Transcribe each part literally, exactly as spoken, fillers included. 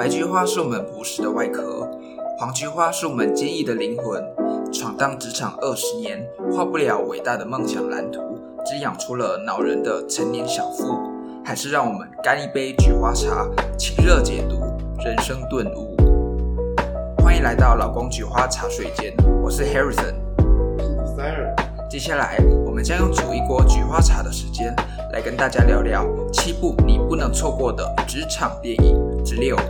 白菊花是我们朴实的外壳，黄菊花是我们坚毅的灵魂。闯荡职场二十年，画不了伟大的梦想蓝图，只养出了恼人的成年小腹。还是让我们干一杯菊花茶，清热解毒，人生顿悟。欢迎来到老公菊花茶水间，我是 Harrison， 我是 Desire。 接下来我们将用煮一锅菊花茶的时间，来跟大家聊聊七部你不能错过的职场电影之六。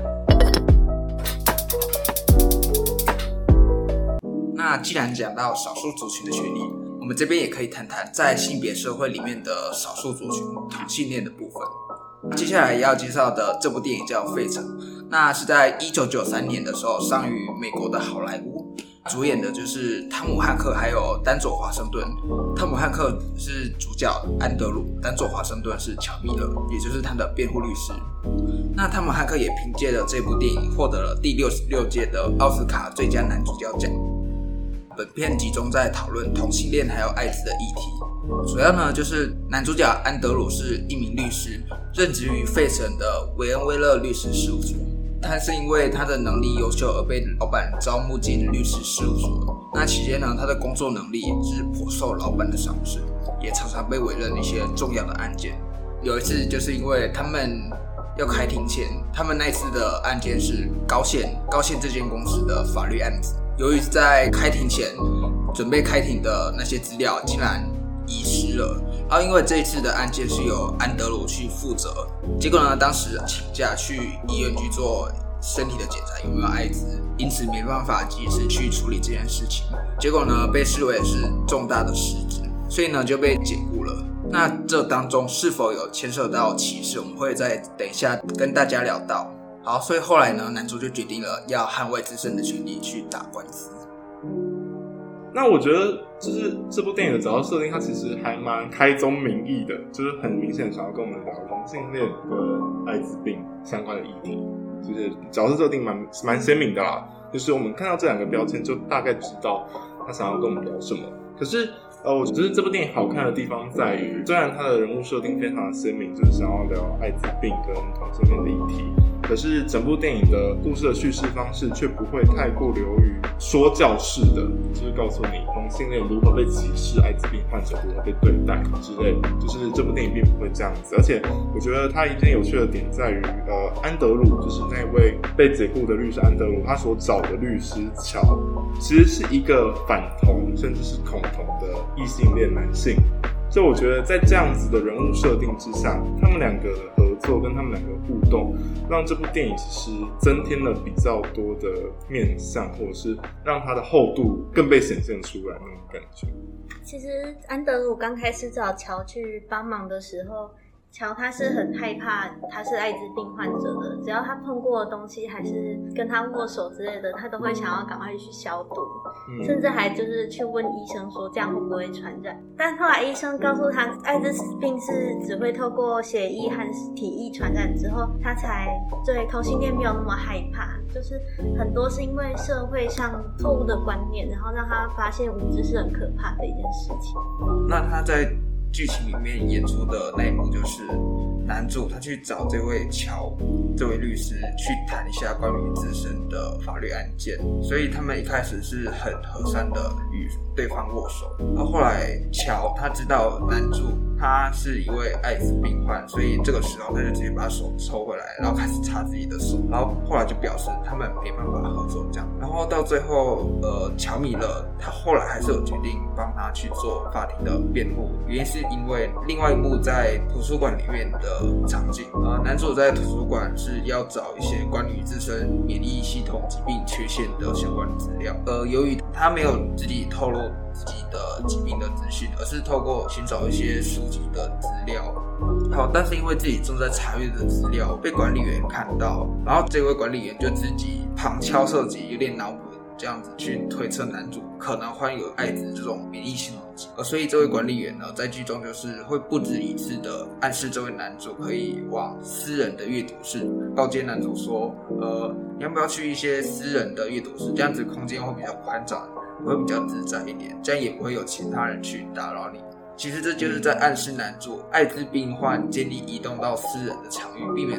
那既然讲到少数族群的权利，我们这边也可以谈谈在性别社会里面的少数族群同性恋的部分。接下来要介绍的这部电影叫《费城》，那是在一九九三年的时候上于美国的好莱坞，主演的就是汤姆汉克还有丹佐华盛顿。汤姆汉克是主角安德鲁，丹佐华盛顿是乔米勒，也就是他的辩护律师。那汤姆汉克也凭借着这部电影获得了第六十六届的奥斯卡最佳男主角奖。本片集中在讨论同性恋还有艾滋的议题，主要呢就是男主角安德鲁是一名律师，任职于费城的韦恩威勒律师事务所。他是因为他的能力优秀而被老板招募进律师事务所。那期间呢，他的工作能力是颇受老板的赏识，也常常被委任一些重要的案件。有一次就是因为他们要开庭前，他们那次的案件是高县高县这间公司的法律案子。由于在开庭前准备开庭的那些资料竟然遗失了，然后因为这一次的案件是由安德鲁去负责，结果呢当时请假去医院去做身体的检查有没有艾滋，因此没办法及时去处理这件事情，结果呢被视为是重大的失职，所以呢就被解雇了。那这当中是否有牵涉到歧视，我们会再等一下跟大家聊到。好，所以后来呢，男主就决定了要捍卫自身的权利去打官司。 那我觉得就是这部电影的主要设定，它其实还蛮开宗明义的，就是很明显想要跟我们聊同性恋跟艾滋病相关的议题，就是角色设定蛮蛮鲜明的啦。就是我们看到这两个标签，就大概知道他想要跟我们聊什么。可是呃，我觉得这部电影好看的地方在于，虽然它的人物设定非常的鲜明，就是想要聊艾滋病跟同性恋的议题，可是整部电影的故事的叙事方式却不会太过流于说教式的，就是告诉你同性恋如何被歧视，艾滋病患者如何被对待之类的，就是这部电影并不会这样子。而且我觉得它一件有趣的点在于，呃，安德鲁就是那位被解雇的律师安德鲁，他所找的律师乔，其实是一个反同甚至是恐同的异性恋男性。所以我觉得在这样子的人物设定之下，他们两个的合作跟他们两个互动，让这部电影其实增添了比较多的面向，或者是让它的厚度更被显现出来那种感觉。 其实安德鲁刚开始找乔去帮忙的时候，乔他是很害怕他是艾滋病患者的，只要他碰过的东西还是跟他握手之类的，他都会想要赶快去消毒、嗯、甚至还就是去问医生说这样会不会传染。但后来医生告诉他艾滋病是只会透过血液和体液传染之后，他才对同性恋没有那么害怕。就是很多是因为社会上错误的观念，然后让他发现无知是很可怕的一件事情。 那他在剧情里面演出的那一幕就是男主他去找这位乔这位律师去谈一下关于自身的法律案件，所以他们一开始是很和善的与对方握手，然后后来乔他知道男主他是一位艾滋病患，所以这个时候他就直接把手抽回来，然后开始擦自己的手，然后后来就表示他们没办法合作这样，然后到最后呃，乔米勒他后来还是有决定帮他去做法庭的辩护，原因是因为另外一幕在图书馆里面的场景，呃，男主在图书馆是要找一些关于自身免疫系统疾病缺陷的相关资料，呃，由于他没有自己透露自己的疾病的资讯，而是透过寻找一些书籍的资料。好，但是因为自己正在查阅的资料被管理员看到，然后这位管理员就自己旁敲侧击，有点脑补这样子去推测男主可能患有艾滋这种免疫系统疾病，所以这位管理员呢，在剧中就是会不止一次的暗示这位男主可以往私人的阅读室，告诫男主说，呃，你要不要去一些私人的阅读室，这样子空间会比较宽敞，会比较自在一点，这样也不会有其他人去打扰你。其实这就是在暗示男主艾滋病患建立移动到私人的场域，避免出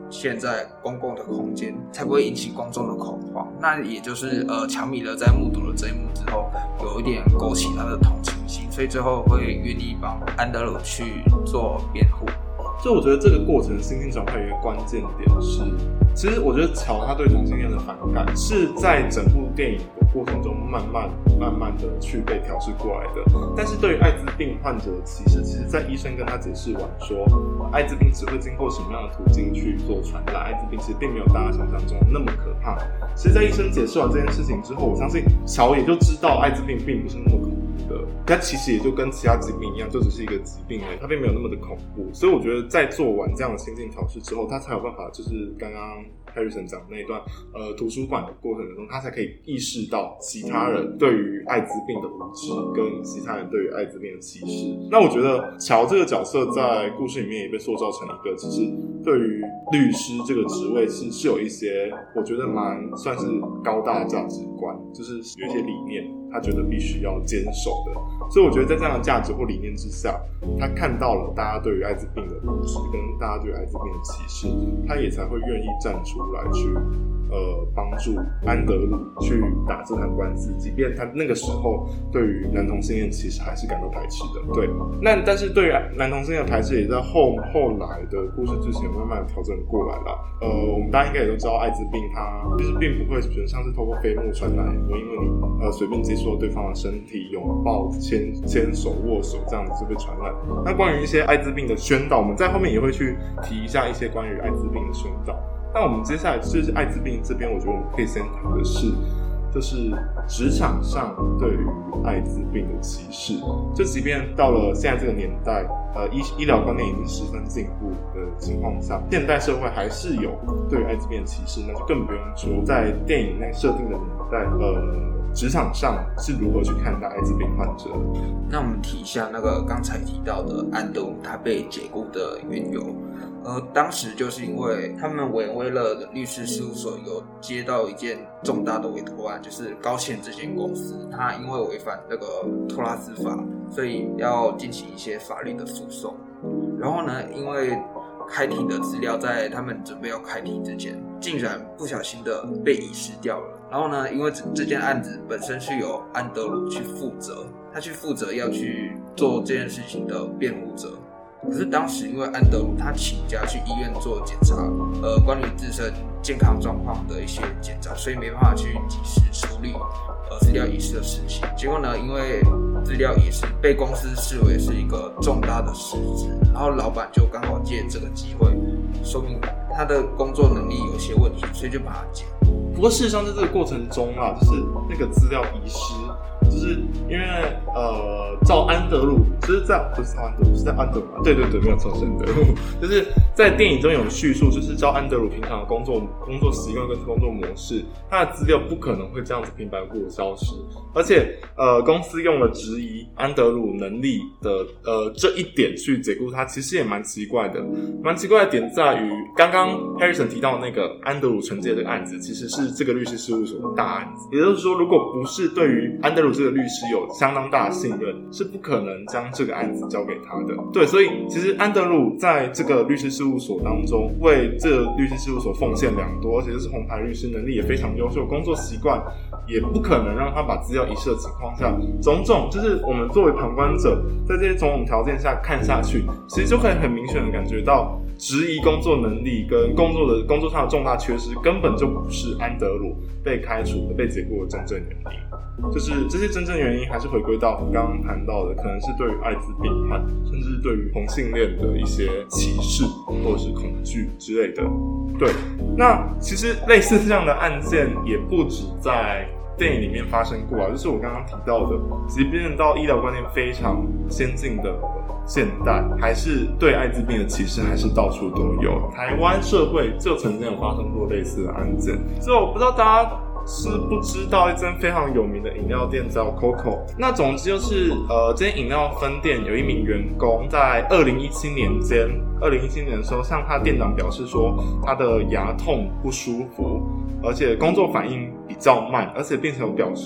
现在公共的空间，才不会引起公众的恐慌。那也就是呃，乔米勒在目睹了这一幕之后，有一点勾起他的同情心，所以最后会愿意帮安德鲁去做辩护。 就我觉得这个过程心境转换有一个关键点是，其实我觉得乔他对同性恋的反感是在整部电影的过程中慢慢慢慢的去被调试过来的。但是对于艾滋病患者的歧视，其实在医生跟他解释完说艾滋病只会经过什么样的途径去做传染，艾滋病其实并没有大家想象中那么可怕。其实在医生解释完这件事情之后，我相信乔也就知道艾滋病并不是那么恐怖的，它其实也就跟其他疾病一样，就只是一个疾病而已，它并没有那么的恐怖。所以我觉得在做完这样的心境调试之后，他才有办法就是刚刚Harrison 讲的那一段呃图书馆的过程中，他才可以意识到其他人对于艾滋病的无知跟其他人对于艾滋病的歧视。那我觉得乔这个角色在故事里面也被塑造成一个其实对于律师这个职位是是有一些我觉得蛮算是高大的价值观，就是有一些理念他觉得必须要坚守的。所以我觉得在这样的价值或理念之下，他看到了大家对于艾滋病的无知跟大家对于艾滋病的歧视，他也才会愿意站出来去呃帮助安德鲁去打这场官司，即便他那个时候对于男同性恋其实还是感到排斥的。对，那但是对于男同性恋的排斥也在后后来的故事之前慢慢调整过来了。呃，我们大家应该也都知道，艾滋病它其实并不会像是透过飞沫传染，我因为你呃随便接触到对方的身体，拥抱、牵牵手、握手这样子就被传染。那关于一些艾滋病的宣导，我们在后面也会去提一下一些关于艾滋病的宣导。那我们接下来就是艾滋病这边，我觉得我们可以先谈的是，就是职场上对于艾滋病的歧视。就即便到了现在这个年代，呃，医医疗观念已经十分进步的情况下，现代社会还是有对于艾滋病的歧视，那就更不用说在电影内设定的年代，呃。职场上是如何去看待艾滋病患者？ 那我们提一下那个刚才提到的安德鲁他被解雇的缘由。呃，当时就是因为他们韦恩威勒的律师事务所有接到一件重大的委托案，就是高线这间公司，他因为违反那个托拉斯法，所以要进行一些法律的诉讼。然后呢，因为开庭的资料在他们准备要开庭之前，竟然不小心的被遗失掉了。然后呢，因为这件案子本身是由安德鲁去负责，他去负责要去做这件事情的辩护者。可是当时因为安德鲁他请假去医院做检查，呃，关于自身健康状况的一些检查，所以没办法去及时处理呃资料遗失的事情。结果呢，因为资料遗失被公司视为是一个重大的失职，然后老板就刚好借这个机会，说明他的工作能力有些问题，所以就把他解雇。 不过事实上在这个过程中啊，就是那个资料遗失，就是因为呃，照安德鲁，就是在不是安德鲁，是在安德鲁嘛？对对对，没有错，是安德鲁。就是在电影中有叙述，就是照安德鲁平常的工作工作习惯跟工作模式，他的资料不可能会这样子平白无故的消失，而且呃，公司用了质疑安德鲁能力的呃这一点去解雇他，其实也蛮奇怪的。蛮奇怪的点在于，刚刚 Harrison 提到的那个安德鲁承接的案子，其实是这个律师事务所的大案子。也就是说，如果不是对于安德鲁这个律师有相当大的信任，是不可能将这个案子交给他的。对，所以其实安德鲁在这个律师事务所当中，为这个律师事务所奉献良多，而且就是红牌律师，能力也非常优秀，工作习惯也不可能让他把资料遗失的情况下，种种就是我们作为旁观者，在这些种种条件下看下去，其实就可以很明显的感觉到，质疑工作能力跟工作的工作上的重大缺失，根本就不是安德鲁被开除的、被解雇的真正原因。就是这些真正原因，还是回归到刚刚谈到的，可能是对于艾滋病患，甚至是对于同性恋的一些歧视或者是恐惧之类的。对，那其实类似这样的案件也不止在电影里面发生过啊，就是我刚刚提到的，即便到医疗观念非常先进的现代，还是对艾滋病的歧视还是到处都有。台湾社会就曾经有发生过类似的案件，所以我不知道大家是不知道一间非常有名的饮料店叫 Coco。 那总之就是呃，这间饮料分店有一名员工在二零一七年间二零一七年的时候向他店长表示说他的牙痛不舒服，而且工作反应比较慢，而且并且有表示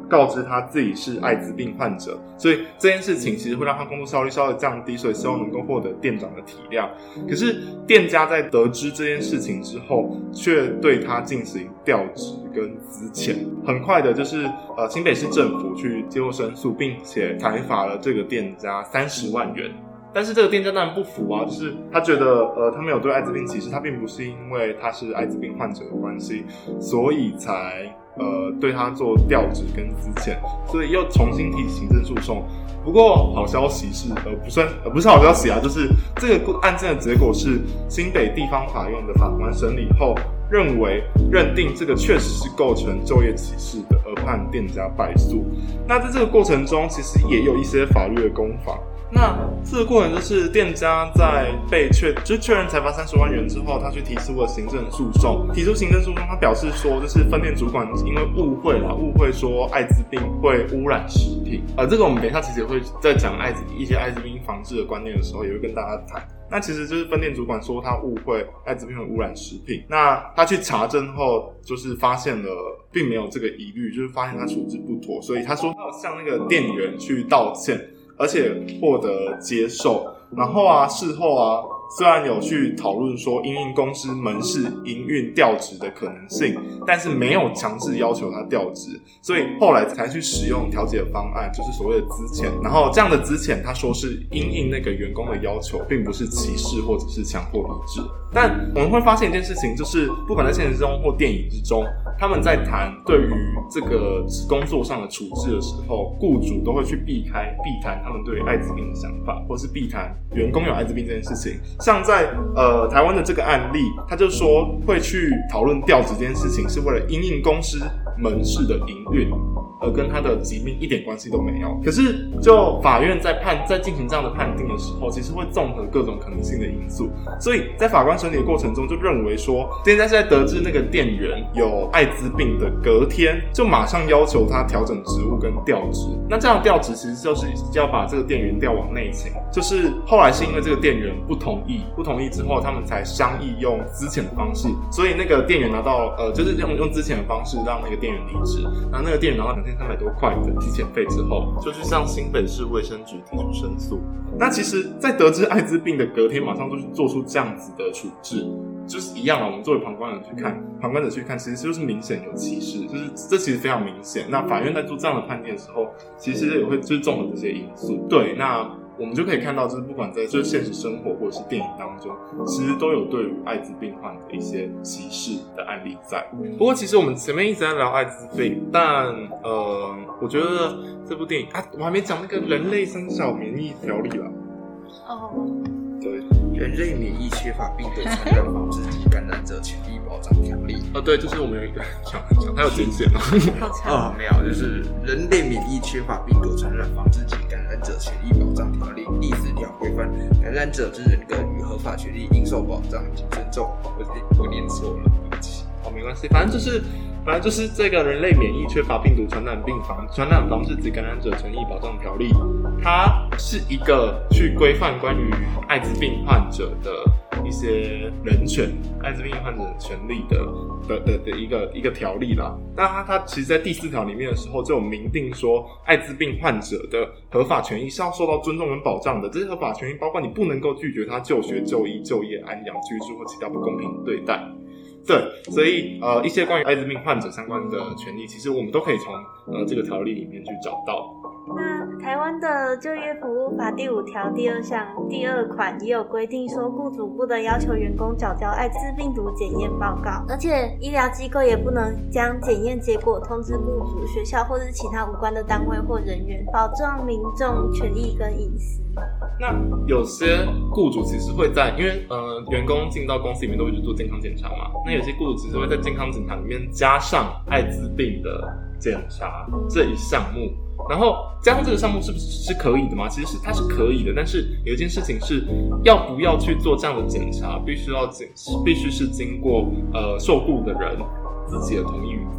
告知他自己是艾滋病患者，所以这件事情其实会让他工作效率稍微降低，所以希望能够获得店长的体谅。可是店家在得知这件事情之后，却对他进行调职跟资遣，很快的就是呃新北市政府去接获申诉，并且裁罚了这个店家三十万元。但是这个店家当然不服啊，就是他觉得呃他没有对艾滋病歧视，他并不是因为他是艾滋病患者的关系，所以才呃对他做调职跟资遣，所以又重新提起行政诉讼。不过好消息是呃不算呃不是好消息啊，就是这个案件的结果是新北地方法院的法官审理后认为认定这个确实是构成就业歧视的，而判店家败诉。那在这个过程中其实也有一些法律的攻防。那这个过程就是店家在被确就是确认裁罚三十万元之后，他去提出了行政诉讼。提出行政诉讼，他表示说，就是分店主管因为误会啦，误会说艾滋病会污染食品。呃，这个我们等一下其实也会在讲艾滋一些艾滋病防治的观念的时候，也会跟大家谈。那其实就是分店主管说他误会艾滋病会污染食品，那他去查证后，就是发现了并没有这个疑虑，就是发现他处置不妥，所以他说他有向那个店员去道歉。而且获得接受，然后啊，事后啊，虽然有去讨论说因应公司门市营运调职的可能性，但是没有强制要求他调职，所以后来才去使用调解方案，就是所谓的资遣。然后这样的资遣，他说是因应那个员工的要求，并不是歧视或者是强迫离职。但我们会发现一件事情，就是不管在现实中或电影之中，他们在谈对于这个工作上的处置的时候，雇主都会去避开避谈他们对艾滋病的想法，或是避谈员工有艾滋病这件事情。像在呃台湾的这个案例，他就说会去讨论调职这件事情，是为了因应公司门市的营运，而跟他的疾病一点关系都没有。可是就法院在判在进行这样的判定的时候，其实会综合各种可能性的因素，所以在法官审理的过程中就认为说，店家是在得知那个店员有艾滋病的隔天，就马上要求他调整职务跟调职。那这样的调职其实就是要把这个店员调往内勤，就是后来是因为这个店员不同意，不同意之后他们才商议用资遣的方式，所以那个店员拿到呃就是用用资遣的方式让那个店员离职，然后那个店员拿到两千三百多块的提遣费之后，就去向新北市卫生局提出申诉。那其实在得知艾滋病的隔天马上就去做出这样子的处置，就是一样啊，我们作为旁观者去看，旁观者去看，其实就是明显有歧视，就是这其实非常明显。那法院在做这样的判定的时候，其实也会就是综合这些因素。对，那我们就可以看到，就是不管在就是现实生活或者是电影当中，其实都有对于艾滋病患的一些歧视的案例在。不过，其实我们前面一直在聊艾滋病，但呃，我觉得这部电影啊，我还没讲那个人类三小免疫条例啦。 哦， 对， 人类免疫缺乏病毒传染防治及感染者权益保障条例。 哦，对，就是我们有一个讲讲，它有简写吗？ 好长哦，没有，就是人类免疫缺乏病毒传染防治及感染者权益保障条例第四条规范感染者之人格与合法权利应受保障及尊重。我我念错了，对不起。 哦，没关系，反正就是。反正就是这个人类免疫缺乏病毒传染病防传染防治及感染者权益保障条例，它是一个去规范关于艾滋病患者的一些人权、艾滋病患者权利的的的的一个一个条例啦。那它它其实在第四条里面的时候就有明定说，艾滋病患者的合法权益是要受到尊重跟保障的。这些合法权益包括你不能够拒绝他就学、就医、就业、安养、居住或其他不公平的对待。对，所以呃，一些关于艾滋病患者相关的权利，其实我们都可以从呃这个条例里面去找到。 那台湾的就业服务法第五条第二项第二款也有规定说，雇主不得要求员工缴交艾滋病毒检验报告，而且医疗机构也不能将检验结果通知雇主、学校或是其他无关的单位或人员，保障民众权益跟隐私。 那有些雇主其实会在，因为呃员工进到公司里面都会去做健康检查嘛，那有些雇主其实会在健康检查里面加上艾滋病的检查这一项目。然后加上这个项目是不是是可以的吗？其实是它是可以的，但是有一件事情是要不要去做这样的检查，必须要必须是经过呃受雇的人自己的同意与否。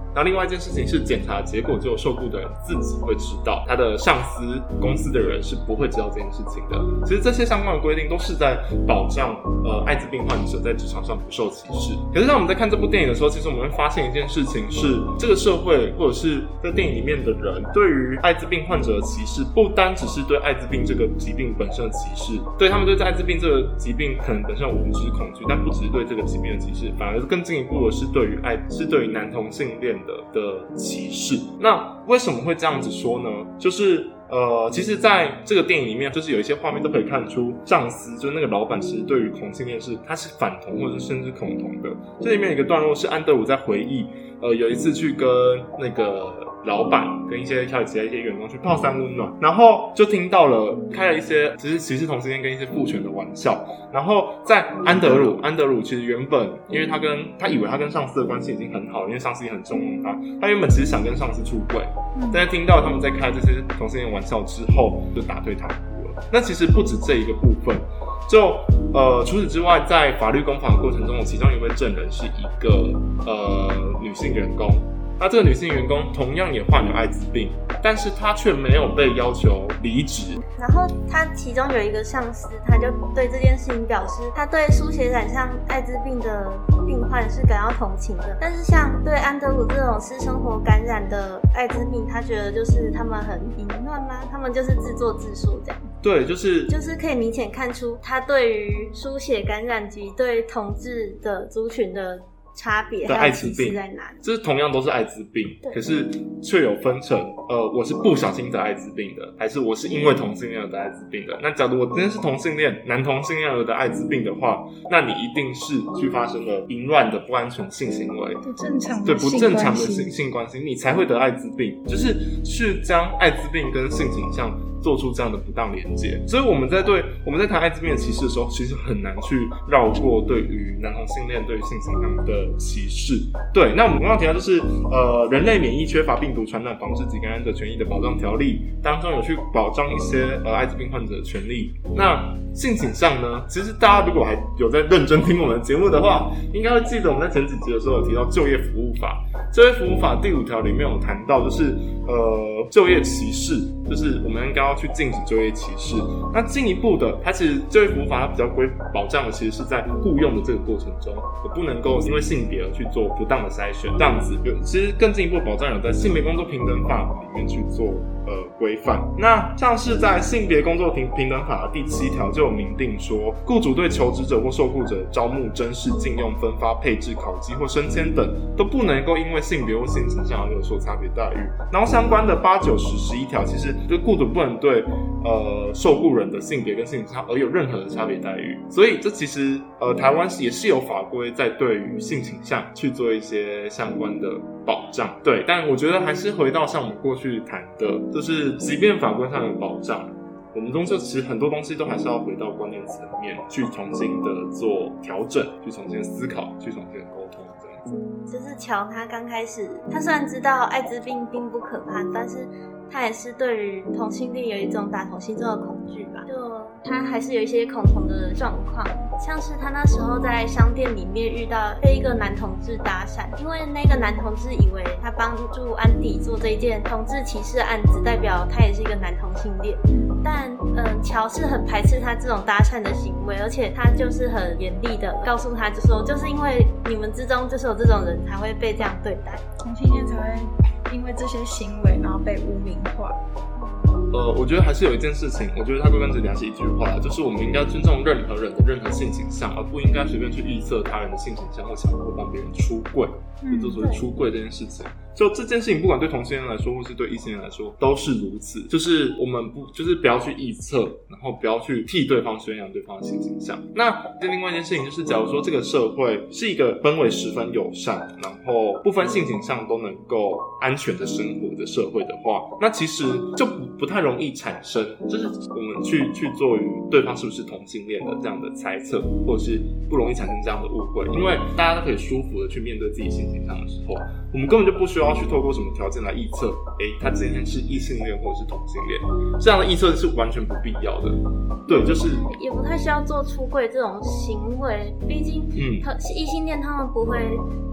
然后另外一件事情是检查结果只有受雇的人自己会知道，他的上司公司的人是不会知道这件事情的。其实这些相关的规定都是在保障呃艾滋病患者在职场上不受歧视。可是当我们在看这部电影的时候，其实我们会发现一件事情是，这个社会或者是在电影里面的人对于艾滋病患者的歧视，不单只是对艾滋病这个疾病本身的歧视，对他们对艾滋病这个疾病可能本身有无知恐惧，但不只是对这个疾病的歧视，反而更进一步的是对于爱是对于男同性恋的的歧视。那为什么会这样子说呢？就是呃，其实在这个电影里面，就是有一些画面都可以看出，上司就是那个老板，其实对于同性恋是他是反同或者甚至恐同的。这里面有一个段落是安德鲁在回忆，呃，有一次去跟那个老板跟一些还有其他一些员工去泡三温暖，然后就听到了开了一些其实歧视同性恋跟一些父权的玩笑。然后在安德鲁，安德鲁其实原本因为他跟他以为他跟上司的关系已经很好，因为上司也很重用他，他原本其实想跟上司出柜，但是听到他们在开这些同性恋玩笑之后，就打退堂鼓了。那其实不止这一个部分，就呃除此之外，在法律攻防的过程中，其中一位证人是一个呃女性员工。那这个女性员工同样也患有艾滋病，但是她却没有被要求离职。 然后她其中有一个上司，他就对这件事情表示，他对输血染上艾滋病的病患是感到同情的。但是像对安德鲁这种私生活感染的艾滋病，他觉得就是他们很淫乱吗？他们就是自作自受这样。 对，就是就是可以明显看出他对于输血感染及对同志的族群的差别还有歧视在哪里？ 这同样都是艾滋病，可是却有分成，呃，我是不小心得艾滋病的，还是我是因为同性恋而得艾滋病的？那假如我真的是同性恋，男同性恋而得艾滋病的话，那你一定是去发生了淫乱的不安全性行为， 不正常的对不正常的性性关系，你才会得艾滋病，就是去将艾滋病跟性倾向做出这样的不当连结。所以我们在对我们在谈艾滋病的歧视的时候，其实很难去绕过对于男同性恋对于性倾向的歧视。对，那我们刚刚提到就是呃人类免疫缺乏病毒传染防治及感染者权益的保障条例当中有去保障一些呃艾滋病患者的权利。那性倾向呢，其实大家如果还有在认真听我们的节目的话，应该会记得我们在前几集的时候有提到就业服务法。就业服务法第五条里面有谈到，就是呃就业歧视，就是我们应该要去禁止就业歧视。那进一步的，它其实就业服务法它比较规保障的，其实是在雇用的这个过程中，我不能够因为性别而去做不当的筛选，这样子有其实更进一步保障有在性别工作平等法里面去做呃规范。那像是在性别工作平平等法的第七条就有明定说，雇主对求职者或受雇者招募、甄试、聘用、分发、配置、考绩或升迁等，都不能够因为性别或性倾向而有所差别待遇。然后相关的八九十十一条，其实就雇主不能对呃受雇人的性别跟性倾向而有任何的差别待遇。所以这其实呃台湾也是有法规在对于性倾向去做一些相关的保障。对，但我觉得还是回到像我们过去谈的，就是即便法规上有保障，我们终究其实很多东西都还是要回到观念层面去重新的做调整，去重新思考，去重新的沟通这样子。 就是乔他刚开始，他虽然知道艾滋病并不可怕，但是他也是对于同性恋有一种打从心中的恐惧吧，就他还是有一些恐同的状况，像是他那时候在商店里面遇到被一个男同志搭讪，因为那个男同志以为他帮助安迪做这一件同志歧视案子，代表他也是一个男同性恋，但嗯，乔是很排斥他这种搭讪的行为，而且他就是很严厉的告诉他，就说就是因为你们之中就是有这种人才会被这样对待， 同性恋才会因为这些行为然后被污名化。 呃，我觉得还是有一件事情，我觉得他归根结底还是一句话，就是我们应该尊重任何人的任何性倾向，而不应该随便去预测他人的性倾向或强迫帮别人出柜，嗯、就所谓出柜这件事情。就这件事情，不管对同性恋来说，或是对异性恋来说，都是如此。就是我们不，就是不要去臆测，然后不要去替对方宣扬对方的性倾向。那另外一件事情就是，假如说这个社会是一个氛围十分友善，然后不分性倾向都能够安全的生活的社会的话，那其实就不不太容易产生，就是我们去去做于对方是不是同性恋的这样的猜测，或者是不容易产生这样的误会，因为大家都可以舒服的去面对自己性倾向的时候，我们根本就不需要去透过什么条件来臆测，诶，他今天是异性恋或者是同性恋，这样的臆测是完全不必要的。对，就是也不太需要做出柜这种行为，毕竟嗯，异性恋他们不会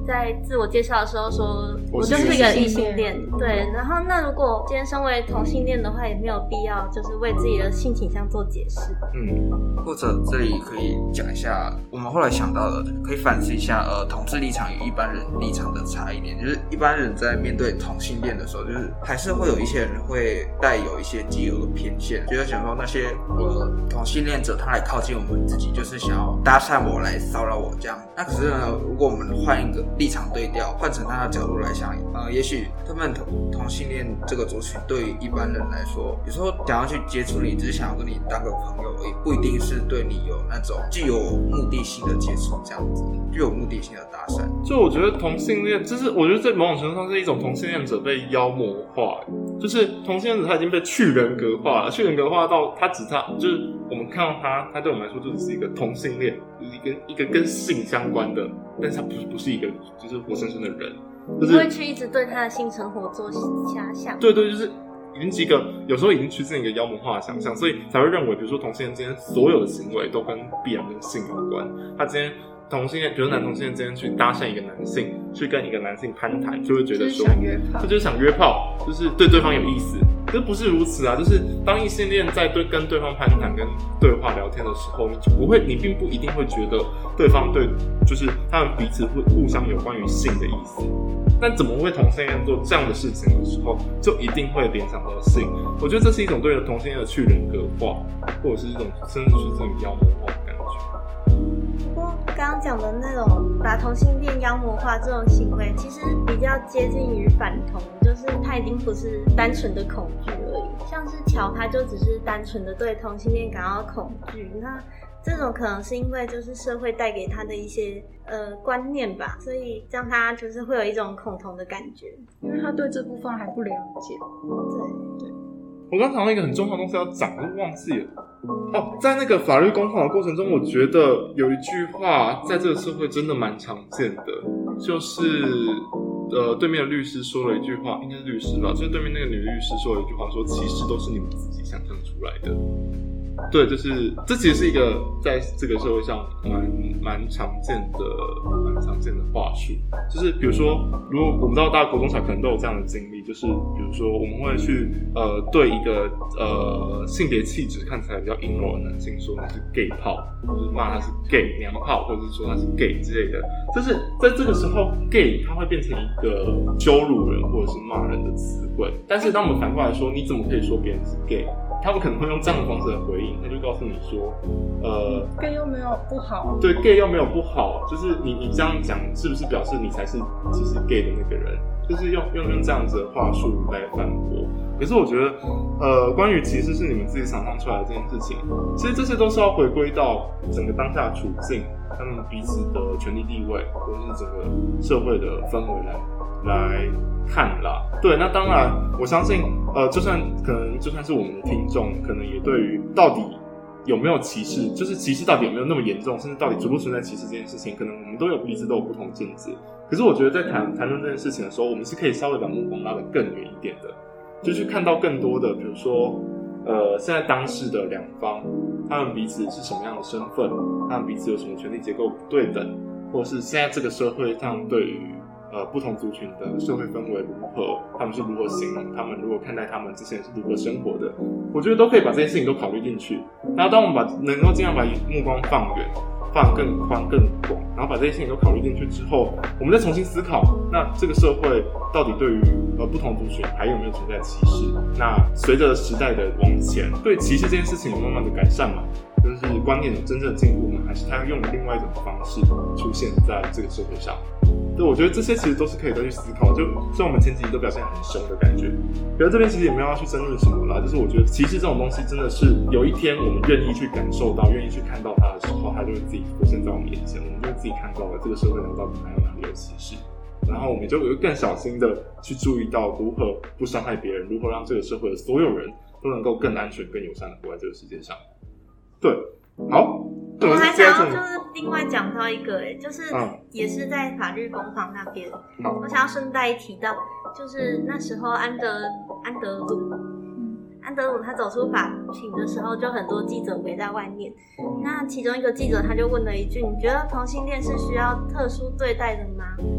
在自我介绍的时候说， 我我就是一个异性性恋，对。然后那如果今天身为同性恋的话，也没有必要就是为自己的性倾向做解释。 嗯， 或者这里可以讲一下，我们后来想到的，可以反思一下，呃，同志立场与一般人立场的差异点，就是一般人在面对同性恋的时候，就是还是会有一些人会带有一些既有的偏见，觉得想说那些呃同性恋者他来靠近我们自己，就是想要搭讪我来骚扰我这样。那可是呢，如果我们换一个立场对调，换成他的角度来想，呃，也许他们同同性恋这个族群对于一般人来说，有时候想要去接触你，只是想要跟你当个朋友而已，不一定是对你有那种具有目的性的接触这样子，具有目的性的搭讪。 就我觉得同性恋，就是我觉得在某种程度上是一种同性恋者被妖魔化，就是同性恋者他已经被去人格化了，去人格化到他只他就是我们看到他，他对我们来说就只是一个同性恋，就是一个一个跟性相关的，但是他不是不是一个就是活生生的人，就是不会去一直对他的性生活做遐想。 对对，就是已经是一个有时候已经趋近一个妖魔化的想象，所以才会认为，比如说同性恋之间所有的行为都跟必然跟性有关。他今天同性恋，比如男同性恋之间去搭讪一个男性，去跟一个男性攀谈，就会觉得说， 就是想约炮， 这就是想约炮，就是对对方有意思。可是不是如此啊，就是当异性恋在对跟对方攀谈、跟对话聊天的时候，你不会，你并不一定会觉得对方对，就是他们彼此会互相有关于性的意思。但怎么会同性恋做这样的事情的时候，就一定会联想到性？我觉得这是一种对同性恋的去人格化，或者是一种甚至是这种妖魔化的感觉。 不过刚刚讲的那种把同性恋妖魔化这种行为，其实比较接近于反同，就是他已经不是单纯的恐惧而已。像是乔，他就只是单纯的对同性恋感到恐惧，那这种可能是因为就是社会带给他的一些呃观念吧，所以让他就是会有一种恐同的感觉， 因为他对这部分还不了解。 对。 我刚谈到一个很重要的东西要讲，就忘记了。哦，在那个法律攻防的过程中，我觉得有一句话在这个社会真的蛮常见的，就是呃，对面的律师说了一句话，应该是律师吧，就是对面那个女律师说了一句话，说歧视都是你们自己想象出来的。对，就是这其实是一个在这个社会上蛮蛮常见的、蛮常见的话术。就是比如说，如果我不知道大家国中小可能都有这样的经历，就是比如说我们会去呃对一个呃性别气质看起来比较阴柔的男性说他是 gay 炮，或者骂他是 gay 娘炮，或者是说他是 gay 之类的。就是在这个时候 ，gay 它会变成一个羞辱人或者是骂人的词汇。但是当我们反过来说，你怎么可以说别人是 gay？他们可能会用这样的方式来回应，他就告诉你说，呃 ，gay 又没有不好， 对 ，gay 又没有不好，就是你你这样讲，是不是表示你才是其实 gay 的那个人？就是用用用这样子的话术来反驳。可是我觉得，呃，关于歧视是你们自己想象出来的这件事情，其实这些都是要回归到整个当下的处境，他们彼此的权力地位，或者是整个社会的氛围来来看啦。对，那当然，我相信，呃，就算可能就算是我们的听众，可能也对于到底有没有歧视，就是歧视到底有没有那么严重，甚至到底存不存在歧视这件事情，可能我们都有彼此都有不同见解。可是我觉得在谈谈论这件事情的时候，我们是可以稍微把目光拉得更远一点的，就去看到更多的，比如说，呃，现在当事的两方，他们彼此是什么样的身份，他们彼此有什么权力结构不对等，或者是现在这个社会上对于呃不同族群的社会氛围如何，他们是如何形容，他们如何看待他们这些人是如何生活的，我觉得都可以把这些事情都考虑进去。然后当我们把能够尽量把目光放远，放更宽更广，然后把这些事情都考虑进去之后，我们再重新思考，那这个社会到底对于呃不同族群还有没有存在歧视？那随着时代的往前，对歧视这件事情有慢慢的改善吗？就是观念有真正的进步吗？还是他用另外一种方式出现在这个社会上？对，我觉得这些其实都是可以再去思考。就虽然我们前几集都表现很凶的感觉，可是这边其实也没有要去争论什么啦。就是我觉得歧视这种东西真的是有一天我们愿意去感受到、愿意去看到它的时候，它就会自己浮现在我们眼前，我们就会自己看到了这个社会上到底还有哪里有歧视，然后我们就会更小心的去注意到如何不伤害别人，如何让这个社会的所有人都能够更安全、更友善的活在这个世界上。对，好。 我还想要就是另外讲到一个、欸，就是也是在法律攻防那边，嗯、我想要顺带提到，就是那时候安德安德鲁，安德鲁他走出法庭的时候，就很多记者围在外面。那其中一个记者他就问了一句：“你觉得同性恋是需要特殊对待的吗？”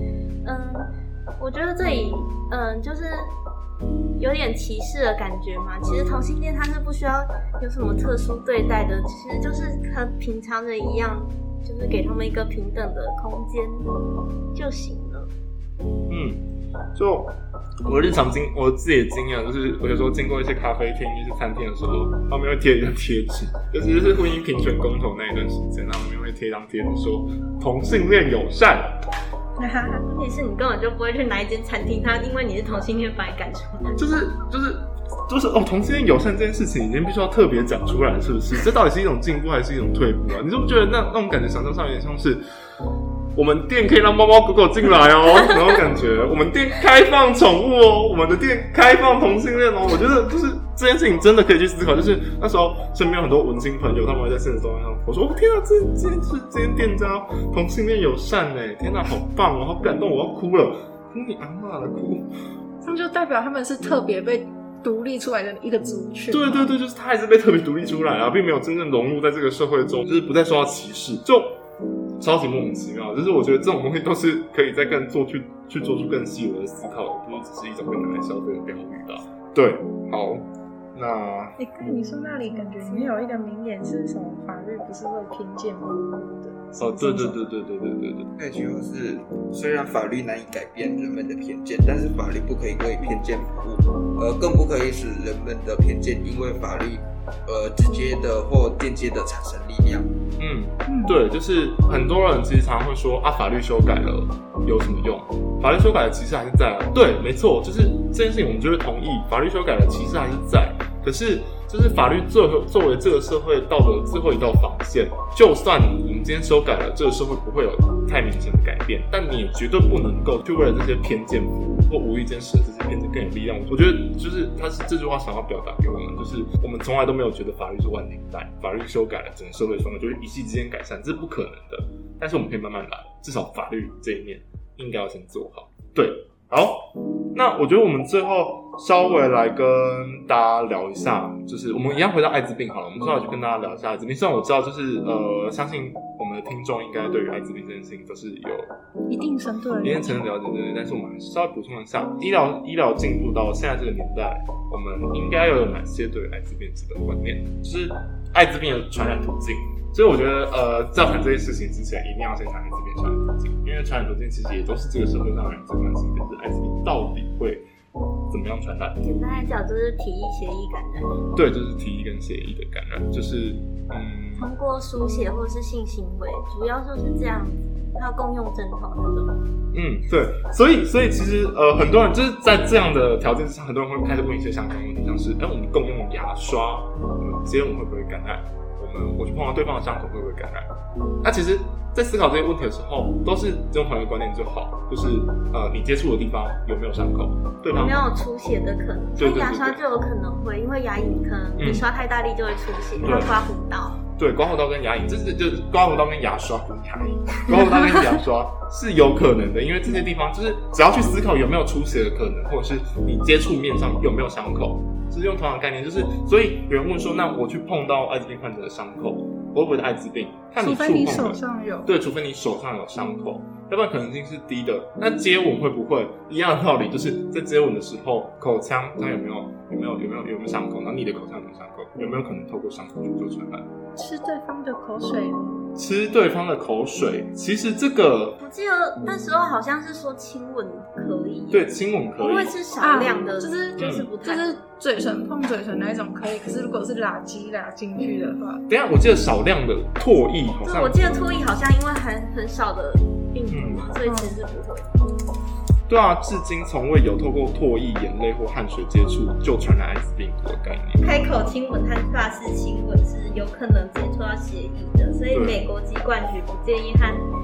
嗯，我觉得这里嗯就是有点歧视的感觉嘛。其实同性恋他是不需要有什么特殊对待的，其实就是和平常人一样，就是给他们一个平等的空间就行了。 嗯，就我日常经我自己的经验就是，我有时候经过一些咖啡厅、一些餐厅的时候，他们会贴一张贴纸，尤其是婚姻平权公投那一段时间，他们会贴一张贴纸说同性恋友善。 问题是你根本就不会去哪一间餐厅，他因为你是同性恋把你赶出来。 就是就是就是哦，同性恋友善这件事情已经必须要特别讲出来，是不是？这到底是一种进步还是一种退步啊？你就不觉得那那种感觉想象上有点像是？我们店可以让猫猫狗狗进来哦，那种感觉。我们店开放宠物哦，我们的店开放同性恋哦。我觉得就是这件事情真的可以去思考。就是那时候身边有很多文青朋友，他们会在现实动态上我说：“哦天啊，这这件是这间店家同性恋友善哎，天哪，好棒哦，好感动，我要哭了。”哭你阿嬷了，哭。 他们就代表他们是特别被独立出来的一个族群。 对对对，就是他还是被特别独立出来啊，并没有真正融入在这个社会中，就是不再受到歧视。就。超级莫名其妙，就是我觉得这种东西都是可以再更做去去做出更细微的思考，而不是只是一种被拿来消费的标语啦。对，好，那哎、欸，刚你说那里感觉里面有一个名言是什么？法律不是为偏见服务的。 哦，对对对对对对对对。 那句话是，虽然法律难以改变人们的偏见，但是法律不可以为偏见服务，呃，更不可以使人们的偏见因为法律。呃，直接的或间接的产生力量。 嗯，对，就是很多人其实常常会说啊，法律修改了有什么用？法律修改了歧视还是在啊。对，没错，就是这件事情我们就会同意，法律修改了歧视还是在。可是，就是法律作作为这个社会道德最后一道防线，就算我们今天修改了，这个社会不会有太明显的改变，但你也绝对不能够去为了这些偏见服务，或无意间使得这些偏见更有力量。我觉得就是他是这句话想要表达给我们，就是我们从来都没有觉得法律是万灵丹，法律修改了，整个社会氛围就会一夕之间改善，这是不可能的。但是我们可以慢慢来，至少法律这一面应该要先做好。对，好，那我觉得我们最后稍微来跟大家聊一下，就是我们一样回到艾滋病好了，我们稍微去跟大家聊一下艾滋病。虽然我知道，就是呃，相信我们的听众应该对于艾滋病这件事情都是有一定程度的一定程度了解，对对。但是我们还是稍微补充一下，医疗医疗进步到现在这个年代，我们应该要有哪些对于艾滋病基本观念？就是艾滋病的传染途径。所以我觉得，呃，在谈这些事情之前，一定要先谈艾滋病传染途径，因为传染途径其实也都是这个社会上人最关心的，就是艾滋病到底会怎么样传染？ 简单来讲，就是体液血液感染。 对，就是体液跟血液的感染，就是嗯， 通过输血或是性行为，主要就是这样子。还有共用针头那种。 嗯，对，所以所以其实呃，很多人就是在这样的条件之下，很多人会开始问一些相关问题，像是，哎，我们共用牙刷，我们接吻会不会感染？我们我去碰到对方的伤口会不会感染？那其实，在思考这些问题的时候，都是用同一个观念就好，就是呃，你接触的地方有没有伤口，对方有没有出血的可能？ 对对对对， 牙刷就有可能会，因为牙龈可能你刷太大力就会出血，会刮胡刀。 对，刮胡刀跟牙龈，这是就是刮胡刀跟牙刷不是牙龈，刮胡刀跟牙刷是有可能的，因为这些地方就是只要去思考有没有出血的可能，或者是你接触面上有没有伤口，就是用同样的概念，就是所以有人问说，那我去碰到艾滋病患者的伤口，会不会是艾滋病？看你触碰的， 除非你手上有， 对，除非你手上有伤口，要不然可能性是低的。那接吻会不会一样的道理？就是在接吻的时候，口腔它有没有有没有有没有有没有伤口？然后你的口腔有没有伤口？有没有可能透过伤口去做传染？ 吃对方的口水呢？ 吃对方的口水，其实这个我记得那时候好像是说亲吻可以， 对，亲吻可以， 因为是少量的， 啊、就是就是不太、 嗯，就是嘴唇碰嘴唇那一种可以，可是如果是拉鸡拉进去的话， 等一下我记得少量的唾液好像， 我记得唾液好像因为很很少的病毒嘛、嗯，所以其实不会。 对啊，至今从未有透过唾液、眼泪或汗水接触就传染艾滋病毒的概念。 开口亲吻和发式亲吻是有可能接触到血液的，所以美国疾管局不建议和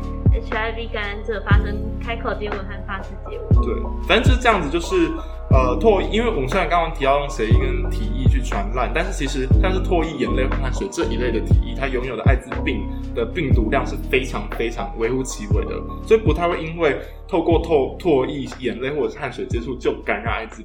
H I V 感染者发生开口接吻和发式接吻。 对，反正就是这样子，就是呃唾液，因为我们虽然刚刚提到用血液跟体液去传染，但是其实像是唾液、眼泪或汗水这一类的体液，它拥有的艾滋病的病毒量是非常非常微乎其微的，所以不太会因为透过唾唾液、眼泪或者是汗水接触就感染艾滋病。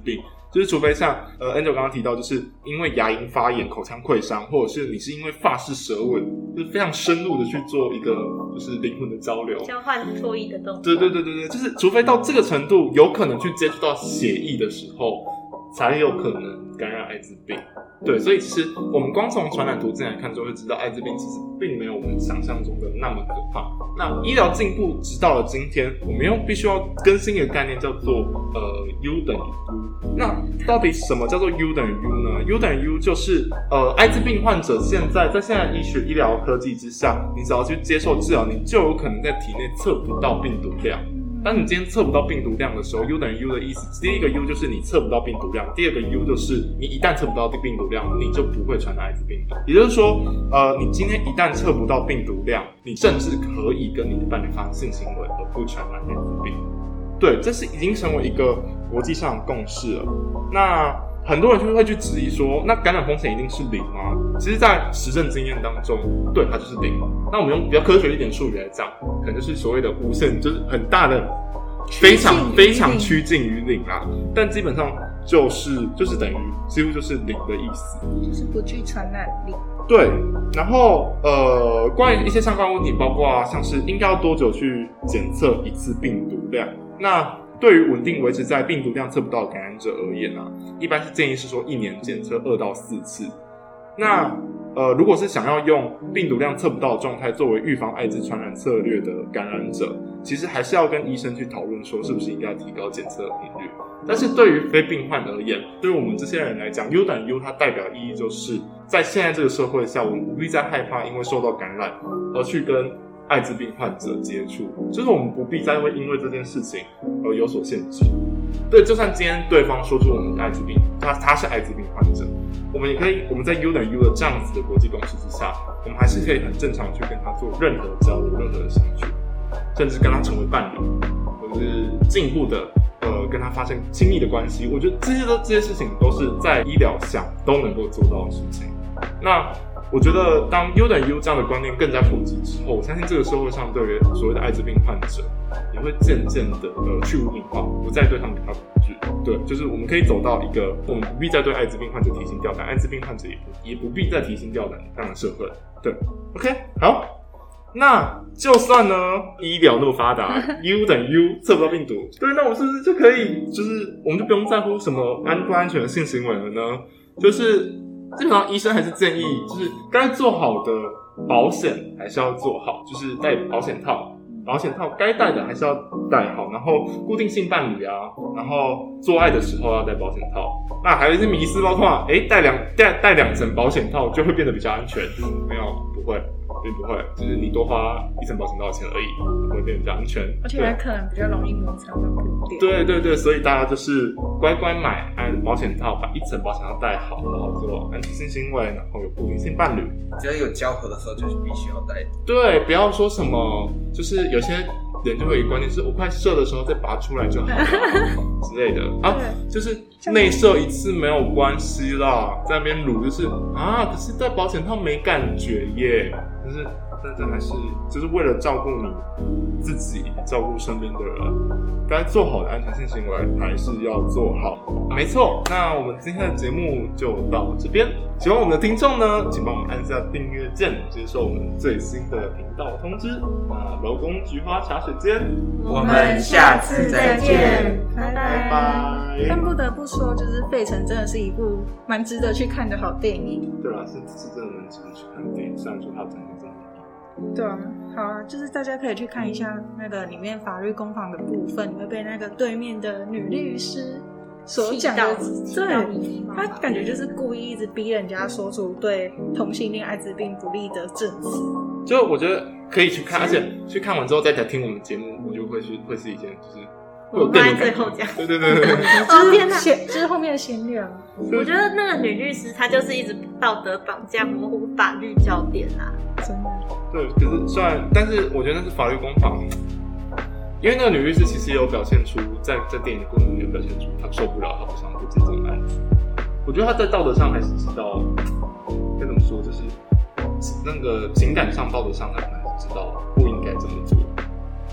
就是除非像呃 Angel 刚刚提到，就是因为牙龈发炎、口腔溃伤，或者是你是因为法式舌吻，就是非常深入的去做一个就是灵魂的交流， 交换唾液的动作。 对对对对对，就是除非到这个程度，有可能去接触到血液的时候，才有可能感染艾滋病。对，所以其实我们光从传染途径来看，就会知道艾滋病其实并没有我们想象中的那么可怕。那医疗进步直到了今天，我们又必须要更新一个概念，叫做呃 U 等于 U。那到底什么叫做 U 等于 U 呢 ？U 等于 U 就是呃艾滋病患者现在在现在医学医疗科技之下，你只要去接受治疗，你就有可能在体内测不到病毒量。当你今天测不到病毒量的时候 ，U 等于 U 的意思，第一个 U 就是你测不到病毒量，第二个 U 就是你一旦测不到病毒量，你就不会传染艾滋病。也就是说，呃，你今天一旦测不到病毒量，你甚至可以跟你的伴侣发生性行为而不传染艾滋病。对，这是已经成为一个国际上的共识了。那很多人就会去质疑说，那感染风险一定是零吗？其实在实证经验当中，对，它就是零。那我们用比较科学一点术语来讲，可能就是所谓的无限，就是很大的非常非常趋近于零啦，但基本上就是就是等于几乎就是零的意思， 就是不具传染力。 对，然后呃，关于一些相关问题，包括、啊、像是应该要多久去检测一次病毒量？那对于稳定维持在病毒量测不到的感染者而言啊，一般是建议是说一年检测二到四次。那呃，如果是想要用病毒量测不到的状态作为预防艾滋传染策略的感染者，其实还是要跟医生去讨论说是不是应该提高检测的频率。但是对于非病患而言，对于我们这些人来讲 ，U 等于 U 它代表的意义就是在现在这个社会下，我们不必再害怕因为受到感染而去跟艾滋病患者接触，就是我们不必再会因为这件事情而有所限制。对，就算今天对方说出我们是艾滋病，他他是艾滋病患者，我们也可以，我们在 U 等于 U 的这样子的国际共识之下，我们还是可以很正常去跟他做任何交流、任何的相处，甚至跟他成为伴侣，或者是进一步的呃跟他发生亲密的关系。我觉得这些都这些事情都是在医疗下都能够做到的事情。那我觉得当 U 等于 U 这样的观念更加普及之后，我相信这个社会上对于所谓的艾滋病患者也会渐渐的呃去污名化，不再对他们感到恐惧。对，就是我们可以走到一个我们不必再对艾滋病患者提心吊胆，艾滋病患者也不也不必再提心吊胆这样的社会。对 ，OK， 好。那就算呢医疗那么发达，U 等于 U 测不到病毒，对，那我们是不是就可以，就是我们就不用在乎什么安不安全的性行为了呢？就是基本上医生还是建议，就是该做好的保险还是要做好，就是戴保险套，保险套该戴的还是要戴好，然后固定性伴侣啊，然后做爱的时候要戴保险套。那还有一些迷思，包括哎戴两戴戴两层保险套就会变得比较安全，没有，不会。并不会，就是你多花一层保险套的钱而已，会变得比较安全， 而且还可能比较容易摩擦到骨裂。 对对对，所以大家就是乖乖买保险套，把一层保险套戴好，然后做安全性行为，然后有固定性伴侣。 只要有交合的时候，就是必须要戴。 对，不要说什么，就是有些人就会有一个观念是，我快射的时候再拔出来就好了之类的啊，就是内射一次没有关系啦，在那边撸就是啊，可是戴保险套没感觉耶。但是，但这还是就是为了照顾你自己，照顾身边的人，该做好的安全性行为还是要做好。没错，那我们今天的节目就到这边。喜欢我们的听众呢，请帮我们按下订阅键，接受我们最新的频道通知。那楼公菊花茶水间， 我们下次再见， 拜拜拜。 但不得不说，就是《费城》真的是一部蛮值得去看的好电影。 对啦，是是真的蛮值得去看的电影，虽然说它整体这么对啊，好啊，就是大家可以去看一下那个里面法律攻防的部分，你会被那个对面的女律师所讲的，对，他感觉就是故意一直逼人家说出对同性恋艾滋病不利的证词。 就我觉得可以去看，而且去看完之后再来听我们节目，我就会是会是一件就是会有更有最后讲， 对对对对对， 哦天哪， 就是后面的闲聊。 我觉得那个女律师她就是一直道德绑架，模糊法律焦点啊， 真的。 对，可是虽然，但是我觉得那是法律攻防，因为那个女律师其实也有表现出，在在电影的过程中也表现出她受不了，她不想去接这种案子。我觉得她在道德上还是知道该怎么说，就是那个情感上、道德上，她可能还是知道不应该这么做。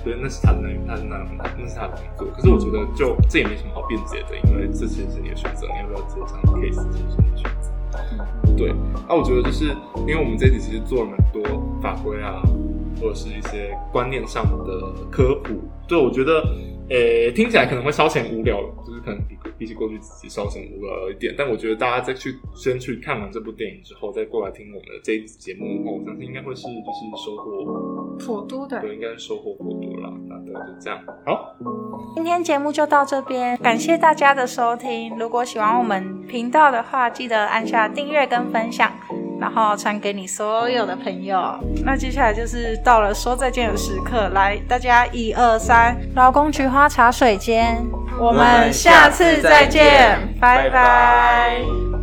对，那是他的那那那那是他的工作。可是我觉得就这也没什么好辩解的，因为这其实是你的选择，你要不要接这样的 case 其实是你的选择。对，那、啊、我觉得就是因为我们这一集其实做了蛮多法规啊，或者是一些观念上的科普。对，我觉得，诶，听起来可能会稍显无聊，就是可能比比起过去自己稍显无聊一点。但我觉得大家再去先去看完这部电影之后，再过来听我们的这一集节目的话，我相信应该会是就是收获颇多的。 对，应该是收获颇多啦。那对，就这样。好， 今天节目就到这边，感谢大家的收听。如果喜欢我们频道的话，记得按下订阅跟分享，然后传给你所有的朋友。那接下来就是到了说再见的时刻，来，大家一二三，劳工菊花茶水间，我们下次再见，拜拜。